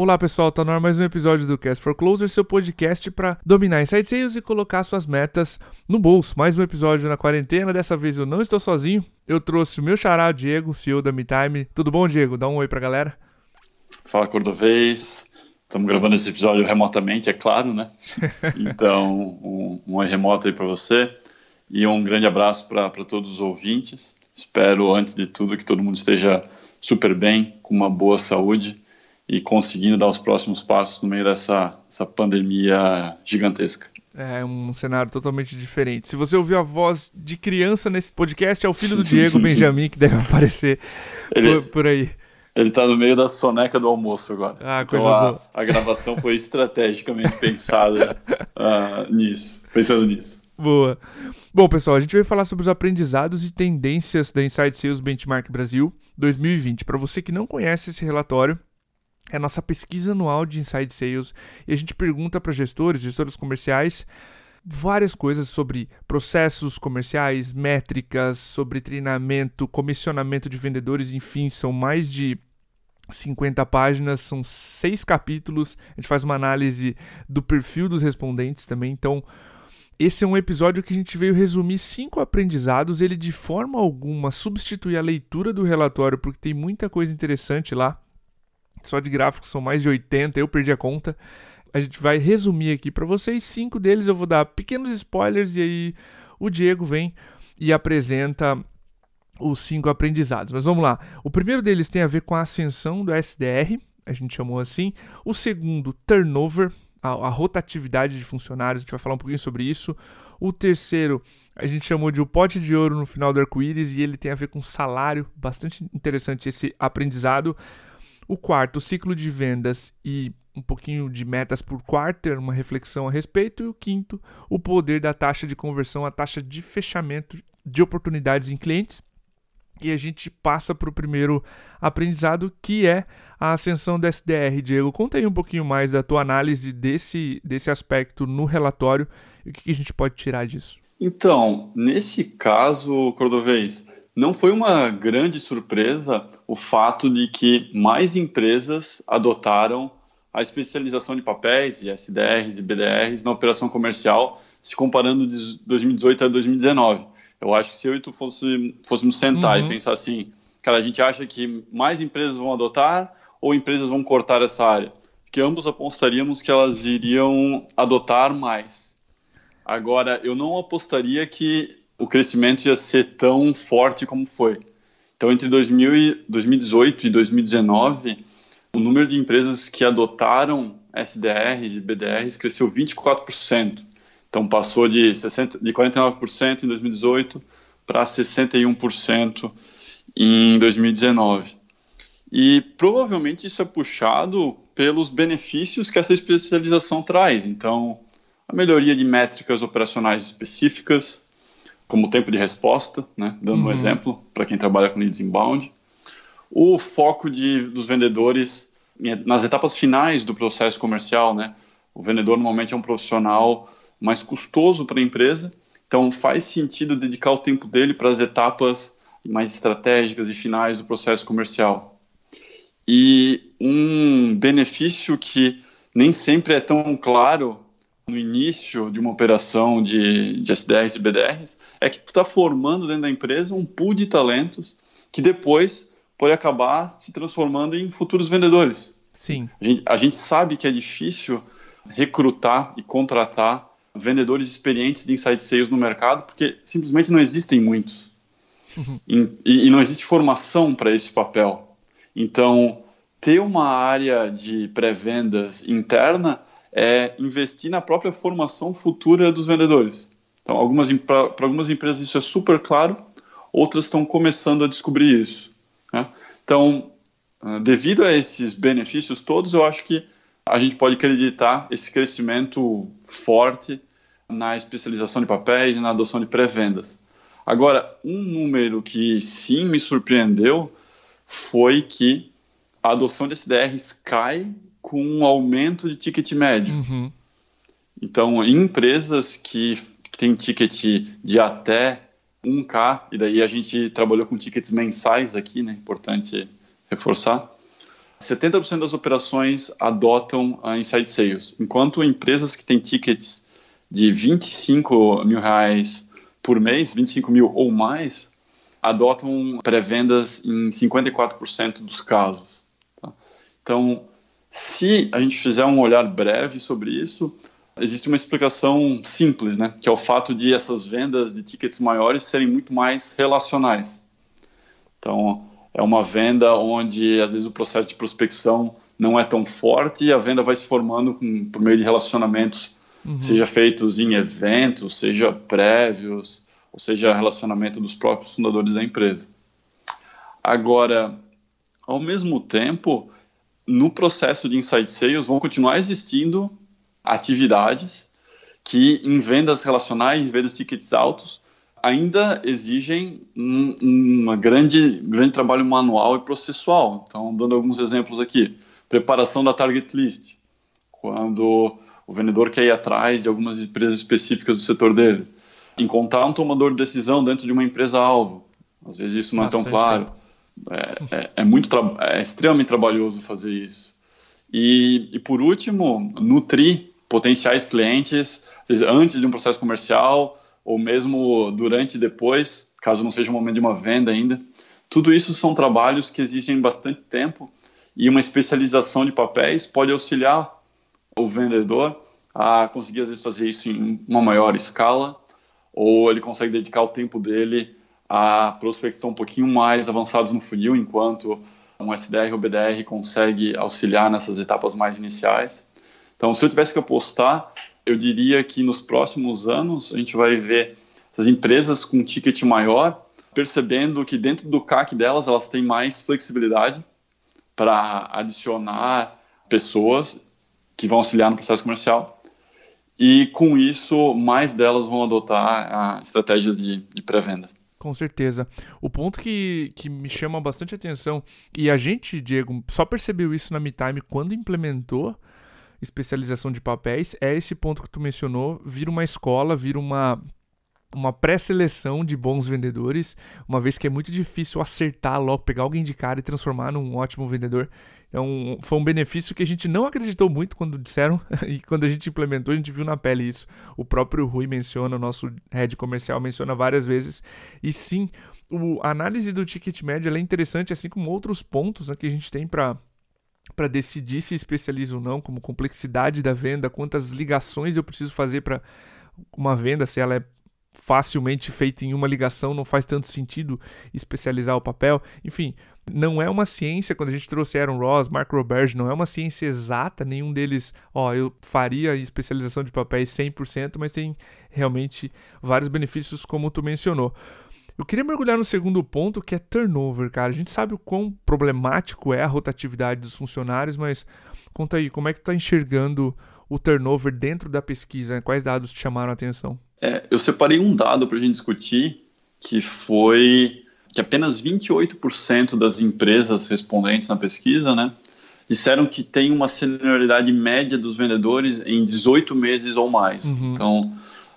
Olá pessoal, tá no ar mais um episódio do Cast for Closer, seu podcast para dominar inside sales e colocar suas metas no bolso. Mais um episódio na quarentena, dessa vez eu não estou sozinho, eu trouxe o meu xará, Diego, CEO da MeTime. Tudo bom, Diego? Dá um oi pra galera. Fala, Cordovez. Estamos gravando esse episódio remotamente, é claro, né? Então, um oi remoto aí para você e um grande abraço para todos os ouvintes. Espero, antes de tudo, que todo mundo esteja super bem, com uma boa saúde e conseguindo dar os próximos passos no meio dessa pandemia gigantesca. É um cenário totalmente diferente. Se você ouviu a voz de criança nesse podcast, é o filho do Diego, Benjamin, que deve aparecer por aí. Ele está no meio da soneca do almoço agora. Ah, coisa boa. A gravação foi estrategicamente pensada pensando nisso. Boa. Bom, pessoal, a gente vai falar sobre os aprendizados e tendências da Inside Sales Benchmark Brasil 2020. Para você que não conhece esse relatório, é a nossa pesquisa anual de Inside Sales e a gente pergunta para gestores comerciais, várias coisas sobre processos comerciais, métricas, sobre treinamento, comissionamento de vendedores, enfim, são mais de 50 páginas, são 6 capítulos, a gente faz uma análise do perfil dos respondentes também, então esse é um episódio que a gente veio resumir 5 aprendizados, ele de forma alguma substitui a leitura do relatório, porque tem muita coisa interessante lá, só de gráficos são mais de 80, eu perdi a conta. A gente vai resumir aqui para vocês, 5 deles eu vou dar pequenos spoilers e aí o Diego vem e apresenta os 5 aprendizados. Mas vamos lá, o primeiro deles tem a ver com a ascensão do SDR, a gente chamou assim. O segundo, turnover, a rotatividade de funcionários, a gente vai falar um pouquinho sobre isso. O terceiro, a gente chamou de o pote de ouro no final do arco-íris e ele tem a ver com salário, bastante interessante esse aprendizado. O quarto, o ciclo de vendas e um pouquinho de metas por quarter, uma reflexão a respeito. E o quinto, o poder da taxa de conversão, a taxa de fechamento de oportunidades em clientes. E a gente passa para o primeiro aprendizado, que é a ascensão do SDR. Diego, conta aí um pouquinho mais da tua análise desse aspecto no relatório e o que a gente pode tirar disso. Então, nesse caso, Cordovez, não foi uma grande surpresa o fato de que mais empresas adotaram a especialização de papéis, e SDRs e BDRs, na operação comercial, se comparando de 2018 a 2019. Eu acho que se eu e tu fôssemos sentar e pensar assim, cara, a gente acha que mais empresas vão adotar ou empresas vão cortar essa área? Porque ambos apostaríamos que elas iriam adotar mais. Agora, eu não apostaria que o crescimento ia ser tão forte como foi. Então, entre 2018 e 2019, o número de empresas que adotaram SDRs e BDRs cresceu 24%. Então, passou de 49% em 2018 para 61% em 2019. E provavelmente isso é puxado pelos benefícios que essa especialização traz. Então, a melhoria de métricas operacionais específicas, como o tempo de resposta, né? Dando um exemplo para quem trabalha com leads inbound. O foco dos vendedores nas etapas finais do processo comercial, né? O vendedor normalmente é um profissional mais custoso para a empresa, então faz sentido dedicar o tempo dele para as etapas mais estratégicas e finais do processo comercial. E um benefício que nem sempre é tão claro no início de uma operação de SDRs e BDRs, é que tu está formando dentro da empresa um pool de talentos que depois pode acabar se transformando em futuros vendedores. Sim. A gente sabe que é difícil recrutar e contratar vendedores experientes de inside sales no mercado, porque simplesmente não existem muitos. E não existe formação para esse papel. Então, ter uma área de pré-vendas interna é investir na própria formação futura dos vendedores. Então, para algumas empresas isso é super claro, outras estão começando a descobrir isso, né? Então, devido a esses benefícios todos, eu acho que a gente pode acreditar esse crescimento forte na especialização de papéis e na adoção de pré-vendas. Agora, um número que sim me surpreendeu foi que a adoção de SDRs cai com um aumento de ticket médio. Então, em empresas que têm ticket de até 1K, e daí a gente trabalhou com tickets mensais aqui, né? Importante reforçar. 70% das operações adotam a Inside Sales, enquanto empresas que têm tickets de R$ 25 mil por mês, 25 mil ou mais, adotam pré-vendas em 54% dos casos. Tá? Então, se a gente fizer um olhar breve sobre isso, existe uma explicação simples, né? Que é o fato de essas vendas de tickets maiores serem muito mais relacionais. Então, é uma venda onde, às vezes, o processo de prospecção não é tão forte e a venda vai se formando por meio de relacionamentos, seja feitos em eventos, seja prévios, ou seja, relacionamento dos próprios fundadores da empresa. Agora, ao mesmo tempo, no processo de Inside Sales vão continuar existindo atividades que, em vendas relacionais, em vendas de tickets altos, ainda exigem um grande trabalho manual e processual. Então, dando alguns exemplos aqui. Preparação da target list, quando o vendedor quer ir atrás de algumas empresas específicas do setor dele. Encontrar um tomador de decisão dentro de uma empresa-alvo. Às vezes isso não é tão claro. É extremamente trabalhoso fazer isso. E por último, nutrir potenciais clientes, às vezes antes de um processo comercial, ou mesmo durante e depois, caso não seja o momento de uma venda ainda. Tudo isso são trabalhos que exigem bastante tempo e uma especialização de papéis pode auxiliar o vendedor a conseguir, às vezes, fazer isso em uma maior escala, ou ele consegue dedicar o tempo dele a prospecção um pouquinho mais avançados no funil, enquanto um SDR ou BDR consegue auxiliar nessas etapas mais iniciais. Então, se eu tivesse que apostar, eu diria que nos próximos anos a gente vai ver essas empresas com um ticket maior, percebendo que dentro do CAC delas elas têm mais flexibilidade para adicionar pessoas que vão auxiliar no processo comercial. E com isso, mais delas vão adotar estratégias de pré-venda. Com certeza. O ponto que me chama bastante atenção, e a gente, Diego, só percebeu isso na MeTime quando implementou especialização de papéis, é esse ponto que tu mencionou, vira uma escola, vira uma pré-seleção de bons vendedores, uma vez que é muito difícil acertar logo, pegar alguém de cara e transformar num ótimo vendedor. Então, foi um benefício que a gente não acreditou muito quando disseram, e quando a gente implementou, a gente viu na pele isso. O próprio Rui menciona, o nosso head comercial menciona várias vezes. E sim, a análise do ticket médio ela é interessante, assim como outros pontos, né, que a gente tem para decidir se especializa ou não, como complexidade da venda, quantas ligações eu preciso fazer para uma venda, se ela é facilmente feita em uma ligação, não faz tanto sentido especializar o papel. Enfim, não é uma ciência, quando a gente trouxe Aaron Ross, Mark Roberge, não é uma ciência exata, nenhum deles, eu faria especialização de papéis 100%, mas tem realmente vários benefícios, como tu mencionou. Eu queria mergulhar no segundo ponto, que é turnover, cara. A gente sabe o quão problemático é a rotatividade dos funcionários, mas conta aí, como é que tu tá enxergando o turnover dentro da pesquisa? Quais dados te chamaram a atenção? Eu separei um dado para a gente discutir, que foi que apenas 28% das empresas respondentes na pesquisa, né, disseram que tem uma senioridade média dos vendedores em 18 meses ou mais. Então,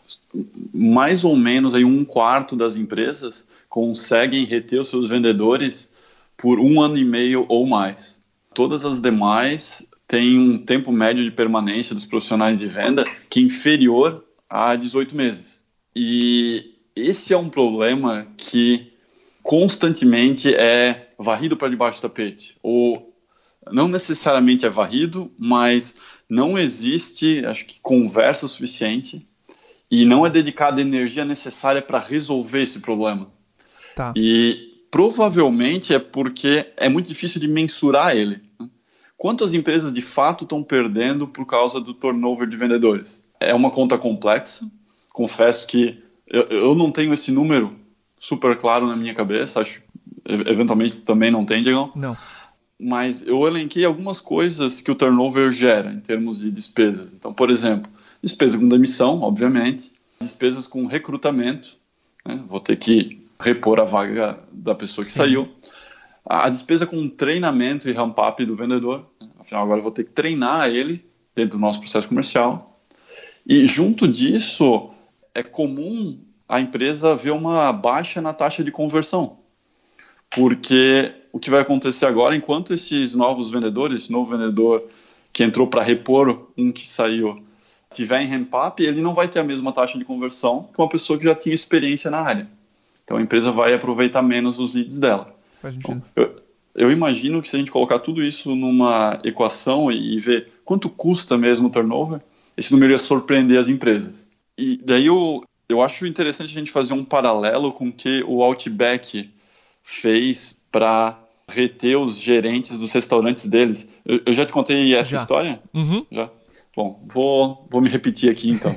mais ou menos aí 1/4 das empresas conseguem reter os seus vendedores por 1 ano e meio ou mais. Todas as demais têm um tempo médio de permanência dos profissionais de venda que é inferior a 18 meses. E esse é um problema que constantemente é varrido para debaixo do tapete. Ou não necessariamente é varrido, mas não existe, acho que, conversa suficiente e não é dedicada a energia necessária para resolver esse problema. Tá. E provavelmente é porque é muito difícil de mensurar ele. Quantas empresas de fato estão perdendo por causa do turnover de vendedores? É uma conta complexa. Confesso que eu não tenho esse número super claro na minha cabeça. Acho que eventualmente também não tem, Diego. Não. Mas eu elenquei algumas coisas que o turnover gera em termos de despesas. Então, por exemplo, despesa com demissão, obviamente. Despesas com recrutamento, né? Vou ter que repor a vaga da pessoa que saiu. A despesa com treinamento e ramp-up do vendedor. Afinal, agora eu vou ter que treinar ele dentro do nosso processo comercial. E junto disso, é comum a empresa ver uma baixa na taxa de conversão. Porque o que vai acontecer agora, enquanto esses novos vendedores, esse novo vendedor que entrou para repor um que saiu, tiver em ramp-up, ele não vai ter a mesma taxa de conversão que uma pessoa que já tinha experiência na área. Então a empresa vai aproveitar menos os leads dela. Faz sentido. Então, eu imagino que se a gente colocar tudo isso numa equação e ver quanto custa mesmo o turnover, esse número ia surpreender as empresas. E daí eu acho interessante a gente fazer um paralelo com o que o Outback fez para reter os gerentes dos restaurantes deles. Eu já te contei essa história? Uhum. Já? Bom, vou me repetir aqui então.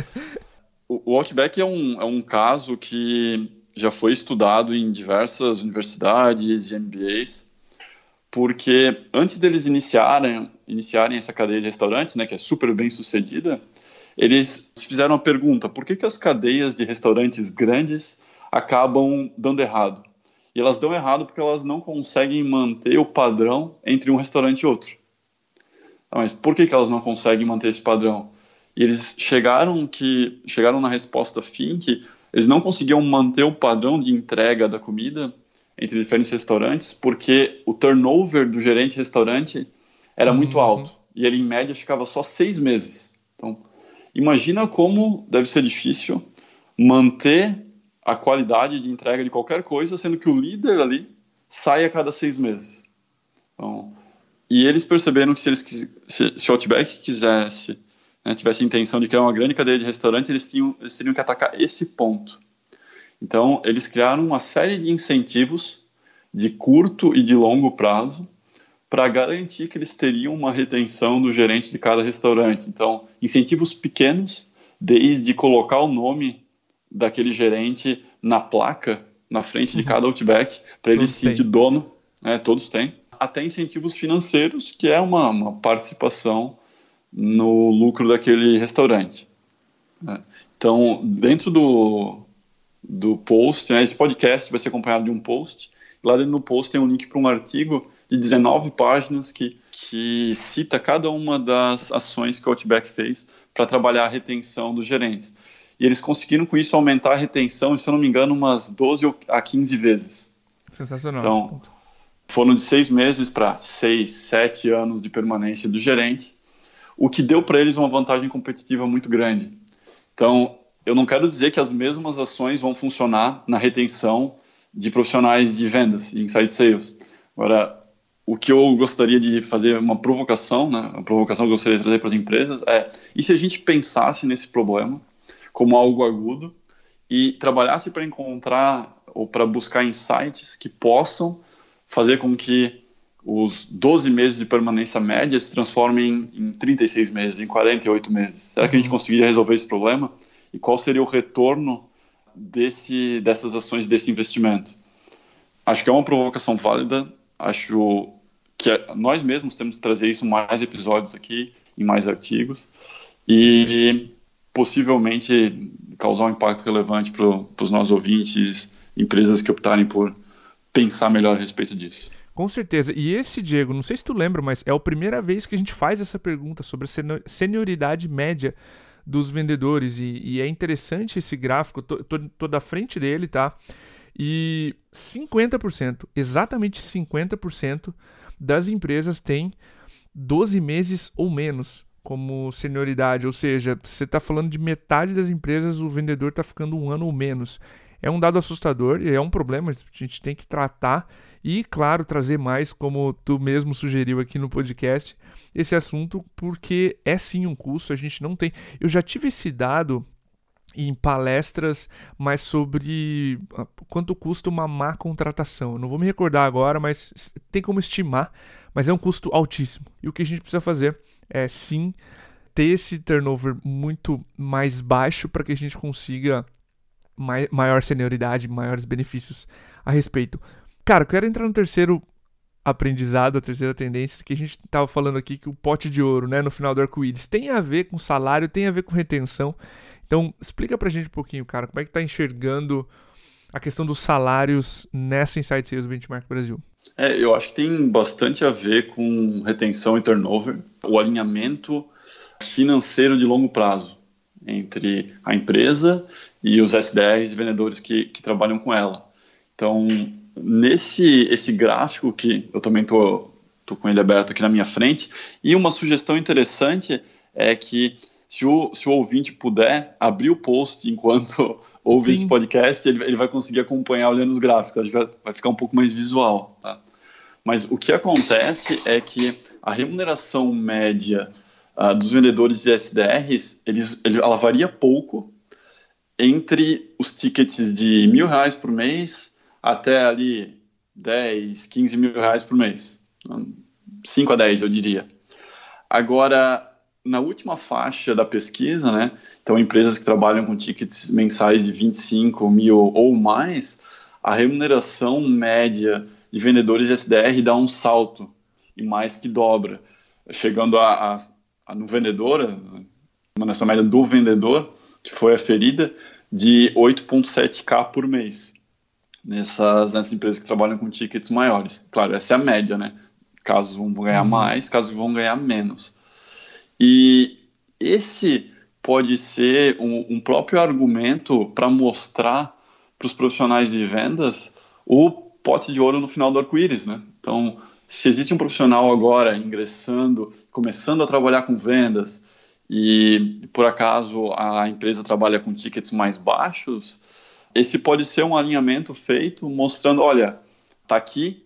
O Outback é um caso que já foi estudado em diversas universidades e MBAs, porque antes deles iniciarem essa cadeia de restaurantes, né, que é super bem sucedida, eles se fizeram a pergunta: por que as cadeias de restaurantes grandes acabam dando errado? E elas dão errado porque elas não conseguem manter o padrão entre um restaurante e outro. Mas por que elas não conseguem manter esse padrão? E eles chegaram na resposta fim que eles não conseguiam manter o padrão de entrega da comida entre diferentes restaurantes porque o turnover do gerente de restaurante era muito alto. E ele, em média, ficava só 6 meses. Então, imagina como deve ser difícil manter a qualidade de entrega de qualquer coisa, sendo que o líder ali sai a cada 6 meses. Então, e eles perceberam que se o Outback quisesse, né, tivesse a intenção de criar uma grande cadeia de restaurantes, eles teriam que atacar esse ponto. Então, eles criaram uma série de incentivos de curto e de longo prazo para garantir que eles teriam uma retenção do gerente de cada restaurante. Então, incentivos pequenos, desde colocar o nome daquele gerente na placa, na frente de cada Outback, para ele se sentir dono, né, todos têm, até incentivos financeiros, que é uma participação no lucro daquele restaurante. Então, dentro do post, né, esse podcast vai ser acompanhado de um post. Lá dentro do post tem um link para um artigo de 19 páginas que cita cada uma das ações que o Outback fez para trabalhar a retenção dos gerentes. E eles conseguiram, com isso, aumentar a retenção, se eu não me engano, umas 12 a 15 vezes. Sensacional. Então, foram de 6 meses para 6, 7 anos de permanência do gerente, o que deu para eles uma vantagem competitiva muito grande. Então, eu não quero dizer que as mesmas ações vão funcionar na retenção de profissionais de vendas e inside sales. Agora, o que eu gostaria de fazer, uma provocação, né, a provocação que eu gostaria de trazer para as empresas e se a gente pensasse nesse problema como algo agudo e trabalhasse para encontrar ou para buscar insights que possam fazer com que os 12 meses de permanência média se transformem em 36 meses, em 48 meses. Será que a gente conseguiria resolver esse problema? E qual seria o retorno dessas ações, desse investimento? Acho que é uma provocação válida. Acho que nós mesmos temos que trazer isso em mais episódios aqui, em mais artigos, e possivelmente causar um impacto relevante para os nossos ouvintes, empresas que optarem por pensar melhor a respeito disso. Com certeza. E esse, Diego, não sei se tu lembra, mas é a primeira vez que a gente faz essa pergunta sobre a senioridade média dos vendedores. E é interessante esse gráfico, tô da frente dele, tá? E 50%, exatamente 50% das empresas têm 12 meses ou menos como senioridade. Ou seja, você está falando de metade das empresas, o vendedor está ficando 1 ano ou menos. É um dado assustador e é um problema, a gente tem que tratar e, claro, trazer mais, como tu mesmo sugeriu aqui no podcast, esse assunto, porque é sim um custo, a gente não tem... Eu já tive esse dado em palestras, mas sobre quanto custa uma má contratação. Eu não vou me recordar agora, mas tem como estimar, mas é um custo altíssimo. E o que a gente precisa fazer é, sim, ter esse turnover muito mais baixo para que a gente consiga maior senioridade, maiores benefícios a respeito. Cara, eu quero entrar no terceiro aprendizado, a terceira tendência, que a gente estava falando aqui, que o pote de ouro, né, no final do arco-íris, tem a ver com salário, tem a ver com retenção. Então, explica pra gente um pouquinho, cara, como é que tá enxergando a questão dos salários nessa Inside Sales Benchmark Brasil? Eu acho que tem bastante a ver com retenção e turnover, o alinhamento financeiro de longo prazo entre a empresa e os SDRs e vendedores que trabalham com ela. Então, esse gráfico que eu também tô com ele aberto aqui na minha frente, e uma sugestão interessante é que se o ouvinte puder abrir o post enquanto ouve esse podcast, ele vai conseguir acompanhar olhando os gráficos, vai ficar um pouco mais visual, tá? Mas o que acontece é que a remuneração média dos vendedores de SDRs, ela varia pouco entre os tickets de R$1.000 por mês até ali 10, 15 mil reais por mês. 5 a 10, eu diria. Agora, na última faixa da pesquisa, né, então empresas que trabalham com tickets mensais de 25 mil ou mais, a remuneração média de vendedores de SDR dá um salto e mais que dobra, chegando no vendedor, a remuneração média do vendedor, que foi aferida, de 8,7K por mês nessas empresas que trabalham com tickets maiores. Claro, essa é a média, né? Casos vão ganhar mais, casos vão ganhar menos. E esse pode ser um próprio argumento para mostrar para os profissionais de vendas o pote de ouro no final do arco-íris, né? Então, se existe um profissional agora ingressando, começando a trabalhar com vendas e por acaso a empresa trabalha com tickets mais baixos, esse pode ser um alinhamento feito mostrando, olha, está aqui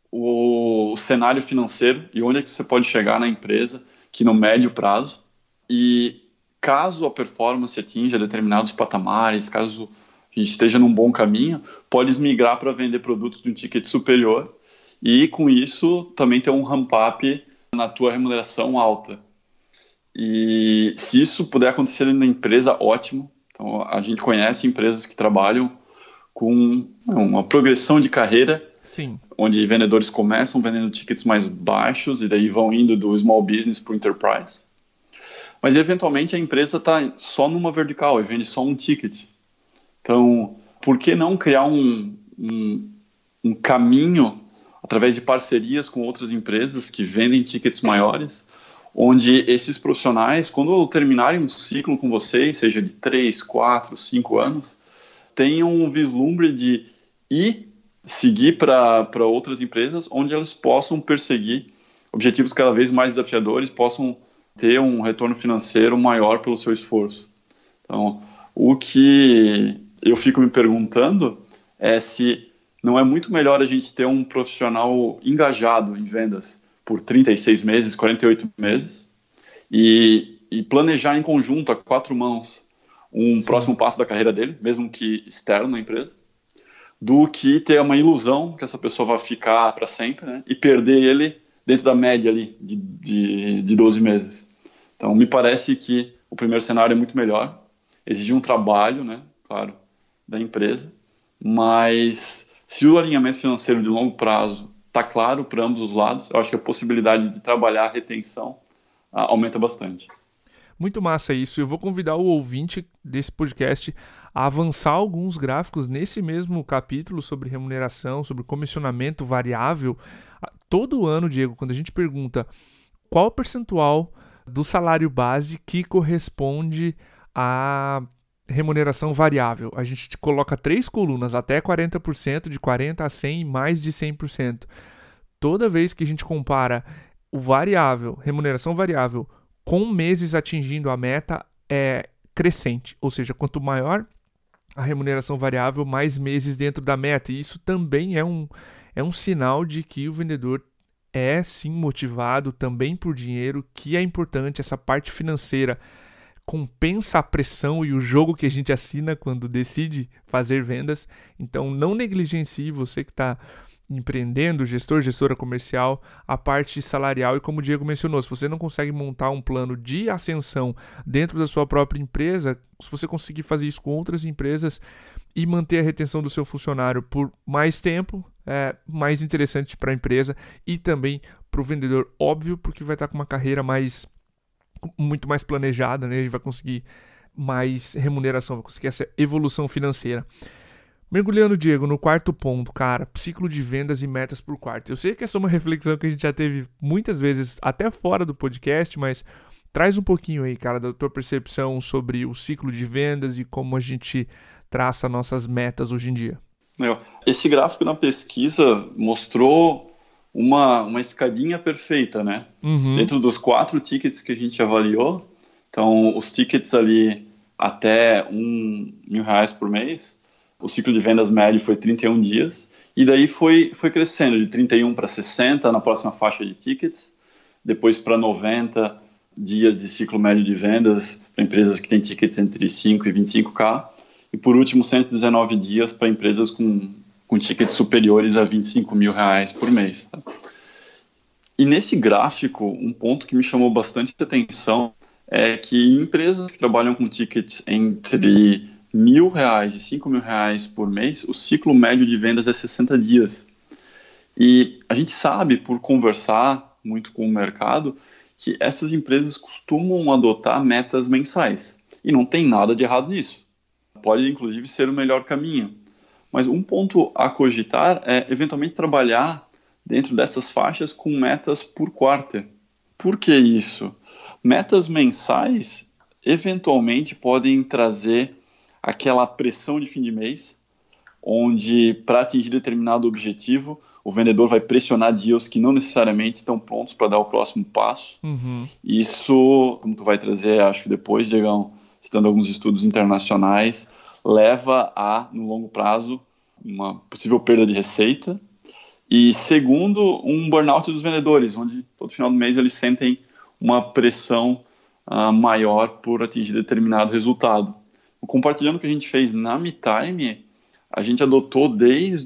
o cenário financeiro e onde é que você pode chegar na empresa, que no médio prazo, e caso a performance atinja determinados patamares, caso a gente esteja num bom caminho, pode migrar para vender produtos de um ticket superior e com isso também ter um ramp-up na tua remuneração alta. E se isso puder acontecer na empresa, ótimo. Então, a gente conhece empresas que trabalham com uma progressão de carreira, sim, onde vendedores começam vendendo tickets mais baixos e daí vão indo do small business para o enterprise. Mas, eventualmente, a empresa está só numa vertical e vende só um ticket. Então, por que não criar um caminho através de parcerias com outras empresas que vendem tickets maiores, onde esses profissionais, quando terminarem um ciclo com vocês, seja de 3, 4, 5 anos, tenham um vislumbre de seguir para outras empresas, onde elas possam perseguir objetivos cada vez mais desafiadores, possam ter um retorno financeiro maior pelo seu esforço. Então, o que eu fico me perguntando é se não é muito melhor a gente ter um profissional engajado em vendas por 36 meses, 48 meses, e planejar em conjunto, a 4 mãos, um próximo passo da carreira dele, mesmo que externo na empresa, do que ter uma ilusão que essa pessoa vai ficar para sempre, né, e perder ele dentro da média ali de 12 meses. Então, me parece que o primeiro cenário é muito melhor, exige um trabalho, né, claro, da empresa, mas se o alinhamento financeiro de longo prazo está claro para ambos os lados, eu acho que a possibilidade de trabalhar a retenção aumenta bastante. Muito massa isso. Eu vou convidar o ouvinte desse podcast a avançar alguns gráficos nesse mesmo capítulo sobre remuneração, sobre comissionamento variável. Todo ano, Diego, quando a gente pergunta qual o percentual do salário base que corresponde à remuneração variável, a gente coloca 3 colunas, até 40%, de 40% a 100% e mais de 100%. Toda vez que a gente compara o variável, remuneração variável, com meses atingindo a meta, é crescente. Ou seja, quanto maior a remuneração variável, mais meses dentro da meta. E isso também é um sinal de que o vendedor é sim motivado também por dinheiro, que é importante. Essa parte financeira compensa a pressão e o jogo que a gente assina quando decide fazer vendas. Então não negligencie, você que está empreendendo, gestor, gestora comercial, a parte salarial. E como o Diego mencionou, se você não consegue montar um plano de ascensão dentro da sua própria empresa, se você conseguir fazer isso com outras empresas e manter a retenção do seu funcionário por mais tempo, é mais interessante para a empresa e também para o vendedor, óbvio, porque vai estar com uma carreira muito mais planejada, né? A gente vai conseguir mais remuneração, vai conseguir essa evolução financeira. Mergulhando, Diego, no quarto ponto, cara, ciclo de vendas e metas por quarto. Eu sei que essa é uma reflexão que a gente já teve muitas vezes, até fora do podcast, mas traz um pouquinho aí, cara, da tua percepção sobre o ciclo de vendas e como a gente traça nossas metas hoje em dia. Esse gráfico na pesquisa mostrou uma escadinha perfeita, né? Dentro dos 4 tickets que a gente avaliou, então os tickets ali até R$1.000 por mês, o ciclo de vendas médio foi 31 dias, e daí foi crescendo de 31 para 60 na próxima faixa de tickets, depois para 90 dias de ciclo médio de vendas para empresas que têm tickets entre 5 e 25K, e por último 119 dias para empresas com tickets superiores a R$25.000 por mês. Tá? E nesse gráfico, um ponto que me chamou bastante atenção é que empresas que trabalham com tickets entre R$1.000 e R$5.000 por mês, o ciclo médio de vendas é 60 dias. E a gente sabe, por conversar muito com o mercado, que essas empresas costumam adotar metas mensais. E não tem nada de errado nisso. Pode, inclusive, ser o melhor caminho. Mas um ponto a cogitar é, eventualmente, trabalhar dentro dessas faixas com metas por quarter. Por que isso? Metas mensais, eventualmente, podem trazer aquela pressão de fim de mês, onde, para atingir determinado objetivo, o vendedor vai pressionar deals que não necessariamente estão prontos para dar o próximo passo. Isso, como tu vai trazer, acho, depois, Diegão, citando alguns estudos internacionais, leva a, no longo prazo, uma possível perda de receita. E, segundo, um burnout dos vendedores, onde todo final do mês eles sentem uma pressão maior por atingir determinado resultado. Compartilhando o que a gente fez na MeTime, a gente adotou desde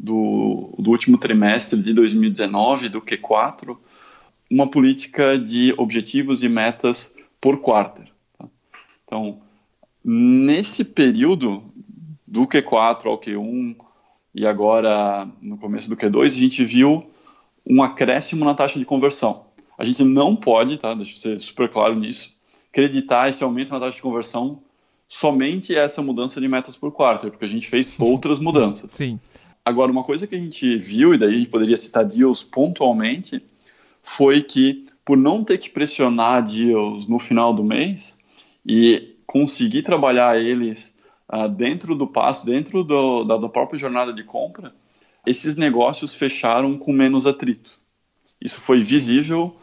do último trimestre de 2019, do Q4, uma política de objetivos e metas por quarter. Tá? Então, nesse período, do Q4 ao Q1 e agora no começo do Q2, a gente viu um acréscimo na taxa de conversão. A gente não pode, tá? Deixa eu ser super claro nisso, acreditar esse aumento na taxa de conversão somente essa mudança de metas por quarter, porque a gente fez outras mudanças. Sim. Agora, uma coisa que a gente viu, e daí a gente poderia citar deals pontualmente, foi que por não ter que pressionar deals no final do mês e conseguir trabalhar eles dentro do passo, dentro da própria jornada de compra, esses negócios fecharam com menos atrito. Isso foi visível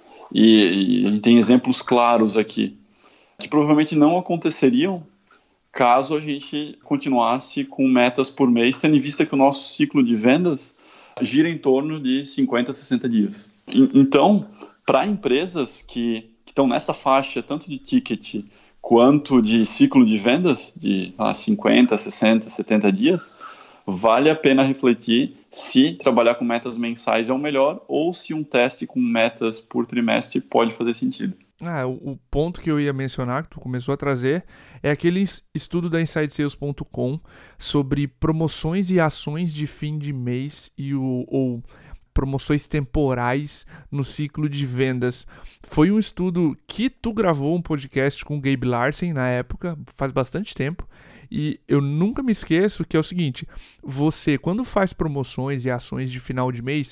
e a gente tem exemplos claros aqui, que provavelmente não aconteceriam caso a gente continuasse com metas por mês, tendo em vista que o nosso ciclo de vendas gira em torno de 50 a 60 dias. Então, para empresas que estão nessa faixa, tanto de ticket quanto de ciclo de vendas, de 50, 60, 70 dias, vale a pena refletir se trabalhar com metas mensais é o melhor ou se um teste com metas por trimestre pode fazer sentido. O ponto que eu ia mencionar, que tu começou a trazer, é aquele estudo da InsideSales.com sobre promoções e ações de fim de mês ou promoções temporais no ciclo de vendas. Foi um estudo que tu gravou um podcast com o Gabe Larsen na época, faz bastante tempo, e eu nunca me esqueço que é o seguinte, você, quando faz promoções e ações de final de mês,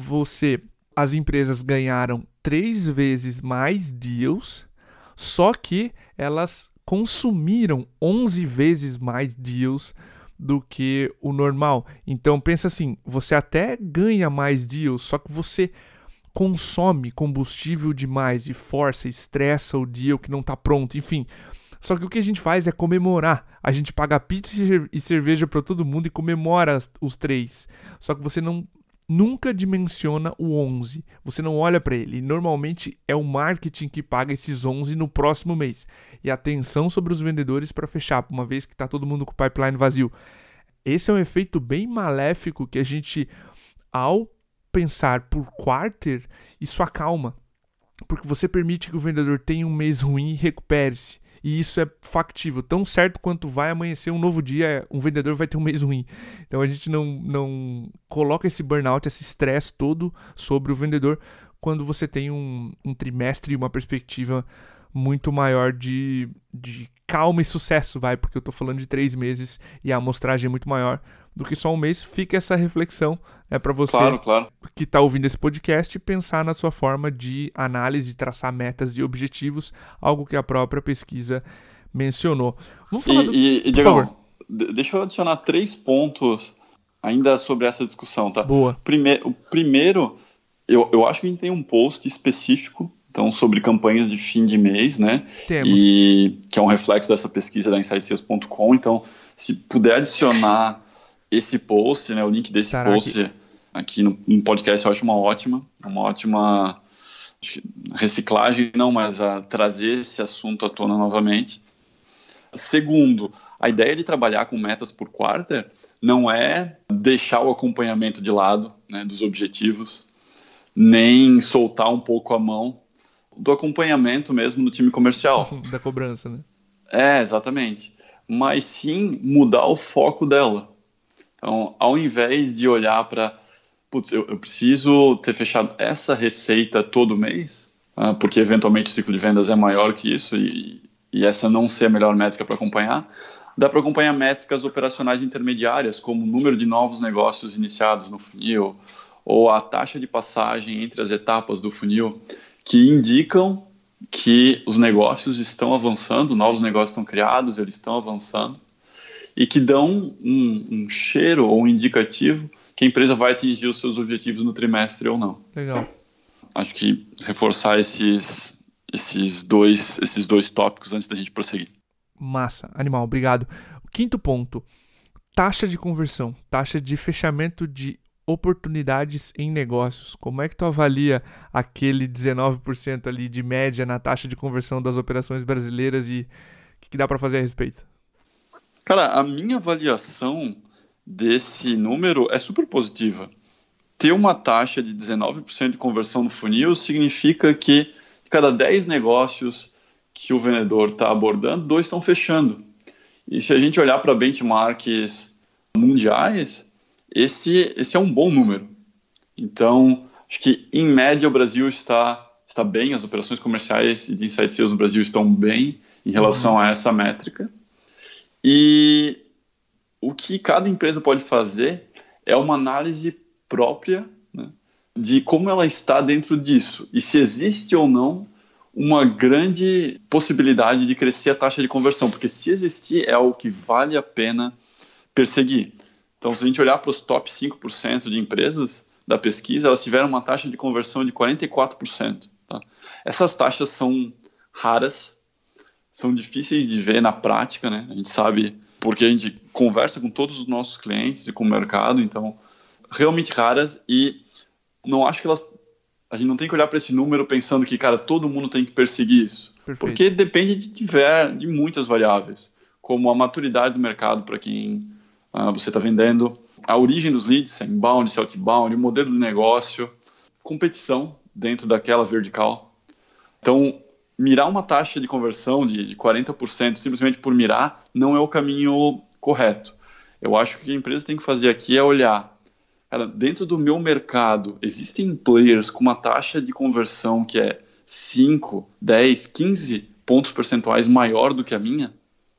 as empresas ganharam 3 vezes mais deals, só que elas consumiram 11 vezes mais deals do que o normal. Então pensa assim, você até ganha mais deals, só que você consome combustível demais e força, estressa o deal que não está pronto, enfim. Só que o que a gente faz é comemorar. A gente paga pizza e cerveja para todo mundo e comemora os 3. Só que você nunca dimensiona o 11. Você não olha para ele. E normalmente é o marketing que paga esses 11 no próximo mês. E a atenção sobre os vendedores para fechar, uma vez que está todo mundo com o pipeline vazio. Esse é um efeito bem maléfico que a gente, ao pensar por quarter, isso acalma. Porque você permite que o vendedor tenha um mês ruim e recupere-se. E isso é factível. Tão certo quanto vai amanhecer um novo dia, um vendedor vai ter um mês ruim. Então a gente não coloca esse burnout, esse estresse todo sobre o vendedor quando você tem um trimestre e uma perspectiva muito maior de calma e sucesso, porque eu estou falando de 3 meses e a amostragem é muito maior do que só um mês. Fica essa reflexão para você claro. que está ouvindo esse podcast pensar na sua forma de análise, traçar metas e objetivos, algo que a própria pesquisa mencionou. Vamos falar Diego, deixa eu adicionar 3 pontos ainda sobre essa discussão, tá? Boa. O primeiro, eu acho que a gente tem um post específico, então, sobre campanhas de fim de mês, né? Temos. E que é um reflexo dessa pesquisa da InsightSales.com. Então, se puder adicionar esse post, né, o link desse post aqui no podcast, eu acho uma ótima acho que reciclagem, não, mas a trazer esse assunto à tona novamente. Segundo, a ideia de trabalhar com metas por quarter não é deixar o acompanhamento de lado, né, dos objetivos, nem soltar um pouco a mão do acompanhamento mesmo do time comercial. Da cobrança, né? Exatamente. Mas sim mudar o foco dela. Então, ao invés de olhar para, putz, eu preciso ter fechado essa receita todo mês, porque eventualmente o ciclo de vendas é maior que isso e essa não ser a melhor métrica para acompanhar, dá para acompanhar métricas operacionais intermediárias, como o número de novos negócios iniciados no funil, ou a taxa de passagem entre as etapas do funil, que indicam que os negócios estão avançando, novos negócios estão criados, eles estão avançando, e que dão um cheiro ou um indicativo que a empresa vai atingir os seus objetivos no trimestre ou não. Legal. Acho que reforçar esses dois tópicos antes da gente prosseguir. Massa, animal, obrigado. O quinto ponto, taxa de conversão, taxa de fechamento de oportunidades em negócios. Como é que tu avalia aquele 19% ali de média na taxa de conversão das operações brasileiras e o que dá para fazer a respeito? Cara, a minha avaliação desse número é super positiva. Ter uma taxa de 19% de conversão no funil significa que de cada 10 negócios que o vendedor está abordando, 2 estão fechando. E se a gente olhar para benchmarks mundiais, esse é um bom número. Então, acho que em média o Brasil está bem, as operações comerciais e de inside sales no Brasil estão bem em relação a essa métrica. E o que cada empresa pode fazer é uma análise própria, né, de como ela está dentro disso e se existe ou não uma grande possibilidade de crescer a taxa de conversão, porque se existir é algo que vale a pena perseguir. Então, se a gente olhar para os top 5% de empresas da pesquisa, elas tiveram uma taxa de conversão de 44%. Tá? Essas taxas são raras, são difíceis de ver na prática, né? A gente sabe porque a gente conversa com todos os nossos clientes e com o mercado, então, realmente raras, e não acho que a gente não tem que olhar para esse número pensando que, cara, todo mundo tem que perseguir isso. Perfeito. Porque depende de muitas variáveis, como a maturidade do mercado para quem você está vendendo, a origem dos leads, se é inbound, se é outbound, o modelo de negócio, competição dentro daquela vertical. Então, mirar uma taxa de conversão de 40% simplesmente por mirar não é o caminho correto. Eu acho que o que a empresa tem que fazer aqui é olhar, cara, dentro do meu mercado, existem players com uma taxa de conversão que é 5, 10, 15 pontos percentuais maior do que a minha?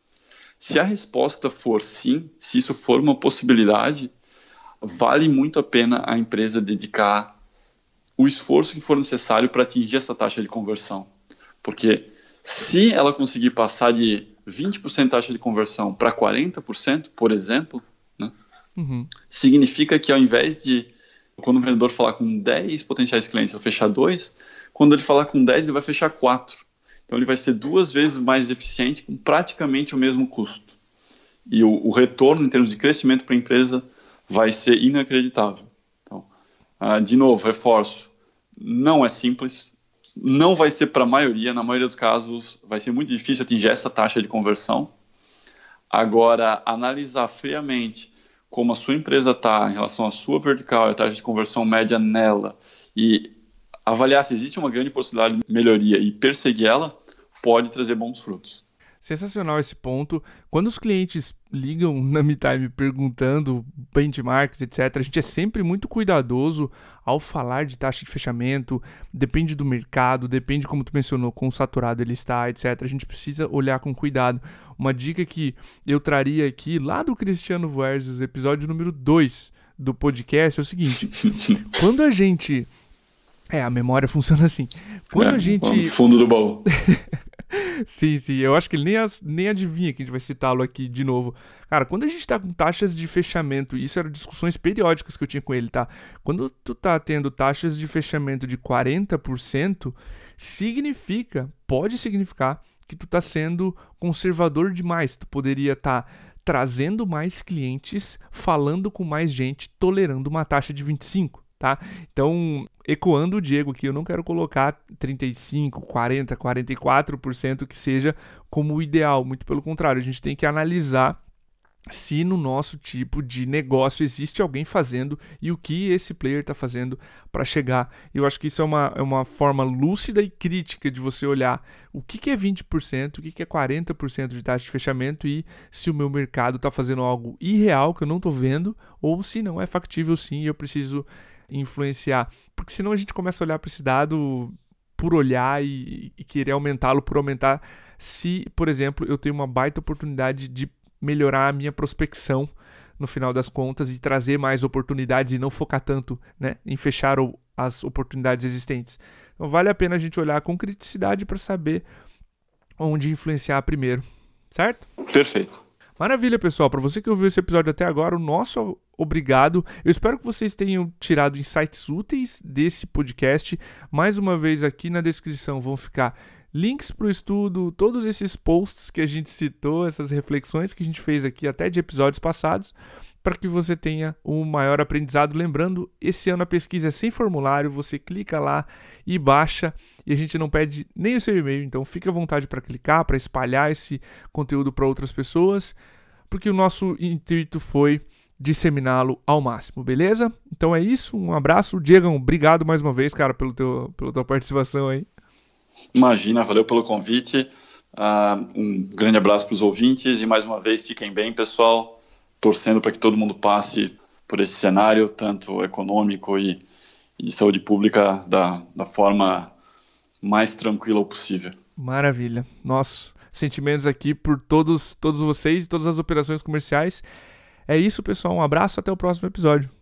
Se a resposta for sim, se isso for uma possibilidade, vale muito a pena a empresa dedicar o esforço que for necessário para atingir essa taxa de conversão. Porque se ela conseguir passar de 20% de taxa de conversão para 40%, por exemplo, né, significa que ao invés de, quando o vendedor falar com 10 potenciais clientes, ele fechar 2, quando ele falar com 10, ele vai fechar 4. Então ele vai ser 2 vezes mais eficiente com praticamente o mesmo custo. E o retorno em termos de crescimento para a empresa vai ser inacreditável. Então, de novo, reforço, não é simples, não vai ser para a maioria, na maioria dos casos vai ser muito difícil atingir essa taxa de conversão. Agora, analisar friamente como a sua empresa está em relação à sua vertical e a taxa de conversão média nela e avaliar se existe uma grande possibilidade de melhoria e perseguir ela, pode trazer bons frutos. Sensacional esse ponto. Quando os clientes ligam na MeTime perguntando benchmarks, etc., a gente é sempre muito cuidadoso ao falar de taxa de fechamento, depende do mercado, depende, como tu mencionou, quão saturado ele está, etc. A gente precisa olhar com cuidado. Uma dica que eu traria aqui, lá do Cristiano Versus, episódio número 2 do podcast, é o seguinte. Quando a gente... a memória funciona assim. Quando a gente... Fundo do baú. Sim, sim. Eu acho que ele nem adivinha que a gente vai citá-lo aqui de novo. Cara, quando a gente tá com taxas de fechamento, e isso eram discussões periódicas que eu tinha com ele, tá? Quando tu tá tendo taxas de fechamento de 40%, pode significar que tu tá sendo conservador demais. Tu poderia estar trazendo mais clientes, falando com mais gente, tolerando uma taxa de 25%. Tá? Então, ecoando o Diego aqui, eu não quero colocar 35%, 40%, 44% que seja como o ideal. Muito pelo contrário, a gente tem que analisar se no nosso tipo de negócio existe alguém fazendo e o que esse player está fazendo para chegar. Eu acho que isso é uma forma lúcida e crítica de você olhar o que é 20%, o que é 40% de taxa de fechamento e se o meu mercado está fazendo algo irreal que eu não estou vendo ou se não é factível sim e eu preciso influenciar. Porque senão a gente começa a olhar para esse dado por olhar e querer aumentá-lo por aumentar. Se, por exemplo, eu tenho uma baita oportunidade de melhorar a minha prospecção no final das contas e trazer mais oportunidades e não focar tanto, né, em fechar as oportunidades existentes. Então vale a pena a gente olhar com criticidade para saber onde influenciar primeiro, certo? Perfeito. Maravilha, pessoal. Para você que ouviu esse episódio até agora, o nosso obrigado. Eu espero que vocês tenham tirado insights úteis desse podcast. Mais uma vez aqui na descrição vão ficar links para o estudo, todos esses posts que a gente citou, essas reflexões que a gente fez aqui até de episódios passados, para que você tenha um maior aprendizado. Lembrando, esse ano a pesquisa é sem formulário, você clica lá e baixa, e a gente não pede nem o seu e-mail, então fique à vontade para clicar, para espalhar esse conteúdo para outras pessoas, porque o nosso intuito foi disseminá-lo ao máximo, beleza? Então é isso, um abraço. Diego, obrigado mais uma vez, cara, pela tua participação aí. Imagina, valeu pelo convite. Um grande abraço para os ouvintes e mais uma vez fiquem bem, pessoal, torcendo para que todo mundo passe por esse cenário, tanto econômico e de saúde pública, da forma mais tranquila possível. Maravilha. Nossos sentimentos aqui por todos vocês e todas as operações comerciais. É isso, pessoal. Um abraço, até o próximo episódio.